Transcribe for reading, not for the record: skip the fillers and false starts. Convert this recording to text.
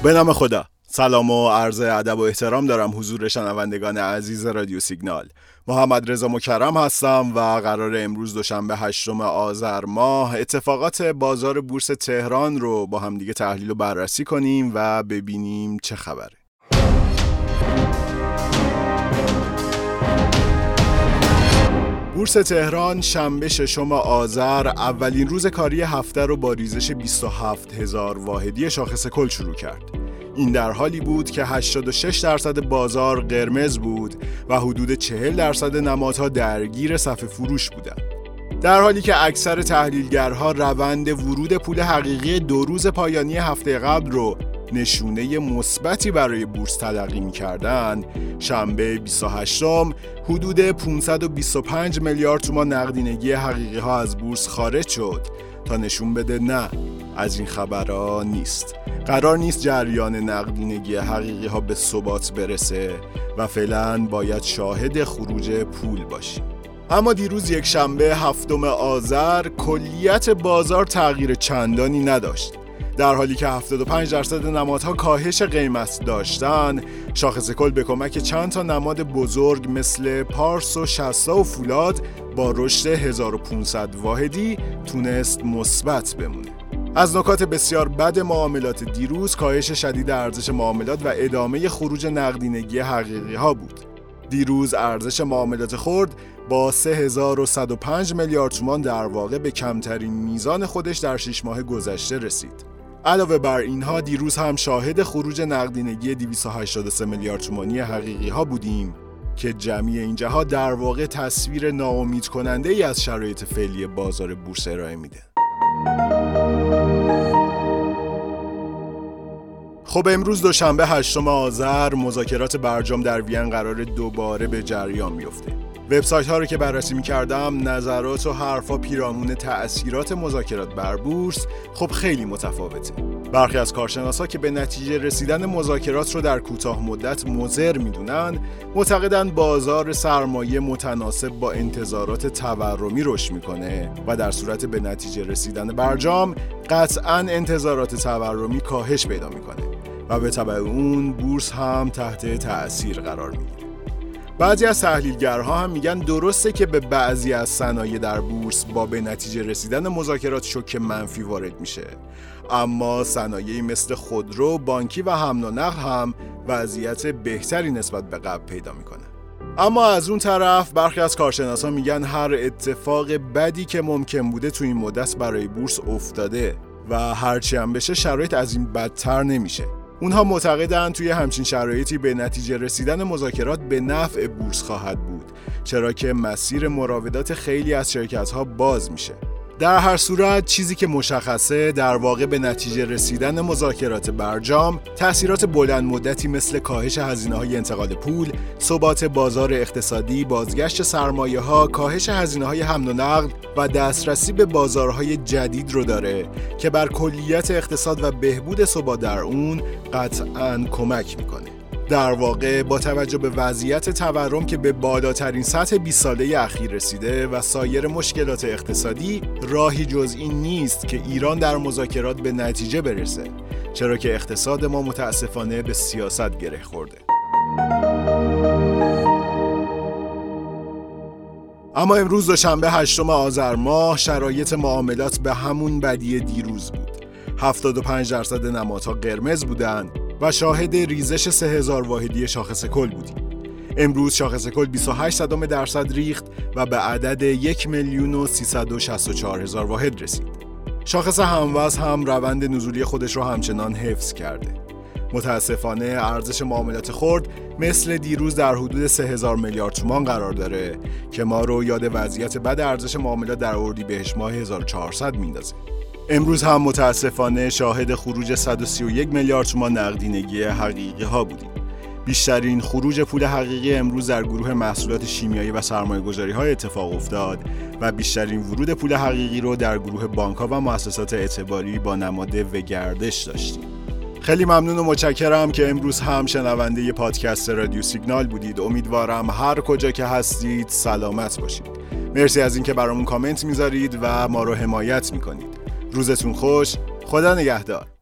به نام خدا. سلام و عرض ادب و احترام دارم حضور شنوندگان عزیز رادیو سیگنال. محمد رضا مکرم هستم و قرار امروز دوشنبه 8 آذر ماه اتفاقات بازار بورس تهران رو با هم دیگه تحلیل و بررسی کنیم و ببینیم چه خبره. بورس تهران شنبه 6 آذر اولین روز کاری هفته رو با ریزش 27,000 واحدی شاخص کل شروع کرد. این در حالی بود که 86% بازار قرمز بود و حدود 40% نمادها درگیر صف فروش بودند. در حالی که اکثر تحلیلگرها روند ورود پول حقیقی 2 روز پایانی هفته قبل رو نشونه مثبتی برای بورس تلقی می‌کردند، شنبه 28 حدود 525 میلیارد تومان نقدینگی حقیقی ها از بورس خارج شد تا نشون بده نه، از این خبرها نیست. قرار نیست جریان نقدینگی حقیقی ها به ثبات برسه و فعلا باید شاهد خروج پول باشیم. اما دیروز یک شنبه 7 آذر کلیت بازار تغییر چندانی نداشت. در حالی که 75% نمادها کاهش قیمت داشتن، شاخص کل به کمک چند تا نماد بزرگ مثل پارس و شستا و فولاد با رشد 1500 واحدی تونست مثبت بمونه. از نکات بسیار بد معاملات دیروز کاهش شدید ارزش معاملات و ادامه خروج نقدینگی حقیقی ها بود. دیروز ارزش معاملات خرد با 3105 میلیارد تومان در واقع به کمترین میزان خودش در 6 ماه گذشته رسید. علاوه بر اینها دیروز هم شاهد خروج نقدینگی 283 میلیارد تومانی حقیقی ها بودیم که جمعی این جهات در واقع تصویر ناامید کننده ای از شرایط فعلی بازار بورس ارائه میده. خب امروز دوشنبه 8 آذر مذاکرات برجام در وین قرار دوباره به جریان بیفته. وبسایت ها رو که بررسی می‌کردم نظرات و حرفا پیرامون تأثیرات مذاکرات بر بورس خب خیلی متفاوته. برخی از کارشناسا که به نتیجه رسیدن مذاکرات رو در کوتاه مدت مضر میدونن، معتقدن بازار سرمایه متناسب با انتظارات تورمی رشد میکنه و در صورت به نتیجه رسیدن برجام قطعاً انتظارات تورمی کاهش پیدا میکنه و به تبع اون بورس هم تحت تأثیر قرار میگیره. بعضی از تحلیلگرها هم میگن درسته که به بعضی از صنایع در بورس با به نتیجه رسیدن مذاکرات شوک منفی وارد میشه، اما صنایعی مثل خودرو، بانکی و حمل و نقل هم وضعیت بهتری نسبت به قبل پیدا میکنه. اما از اون طرف برخی از کارشناسان میگن هر اتفاق بدی که ممکن بوده تو این مدت برای بورس افتاده و هرچی هم بشه شرایط از این بدتر نمیشه. اونها معتقدند توی همچین شرایطی به نتیجه رسیدن مذاکرات به نفع بورس خواهد بود، چرا که مسیر مراودات خیلی از شرکت‌ها باز میشه. در هر صورت چیزی که مشخصه در واقع به نتیجه رسیدن مذاکرات برجام تأثیرات بلند مدتی مثل کاهش هزینه‌های انتقال پول، ثبات بازار اقتصادی، بازگشت سرمایه‌ها، کاهش هزینه‌های حمل و نقل و دسترسی به بازارهای جدید رو داره که بر کلیت اقتصاد و بهبود ثبات در اون قطعاً کمک میکنه. در واقع با توجه به وضعیت تورم که به بالاترین سطح 20 ساله اخیر رسیده و سایر مشکلات اقتصادی، راهی جز این نیست که ایران در مذاکرات به نتیجه برسه، چرا که اقتصاد ما متاسفانه به سیاست گره خورده. اما امروز دوشنبه 8 آذر ماه شرایط معاملات به همون بدی دیروز بود. 75% نمادها قرمز بودند و شاهد ریزش 3000 واحدی شاخص کل بودیم. امروز شاخص کل 28% ریخت و به عدد 1,364,000 واحد رسید. شاخص هموز هم روند نزولی خودش رو همچنان حفظ کرده. متاسفانه ارزش معاملات خرد مثل دیروز در حدود 3000 میلیارد تومان قرار داره که ما رو یاد وضعیت بد ارزش معاملات در اردیبهشت ماه 1400 میندازه. امروز هم متاسفانه شاهد خروج 131 میلیارد تومان نقدینگی حقیقی ها بودیم. بیشترین خروج پول حقیقی امروز در گروه محصولات شیمیایی و سرمایه‌گذاری ها اتفاق افتاد و بیشترین ورود پول حقیقی رو در گروه بانک ها و مؤسسات اعتباری با نماد وگردش داشتیم. خیلی ممنون و متشکرم که امروز هم شنونده ی پادکست رادیو سیگنال بودید. امیدوارم هر کجا که هستید سلامت باشید. مرسی از اینکه برامون کامنت میذارید و ما رو حمایت میکنید. روزتون خوش. خدا نگهدار.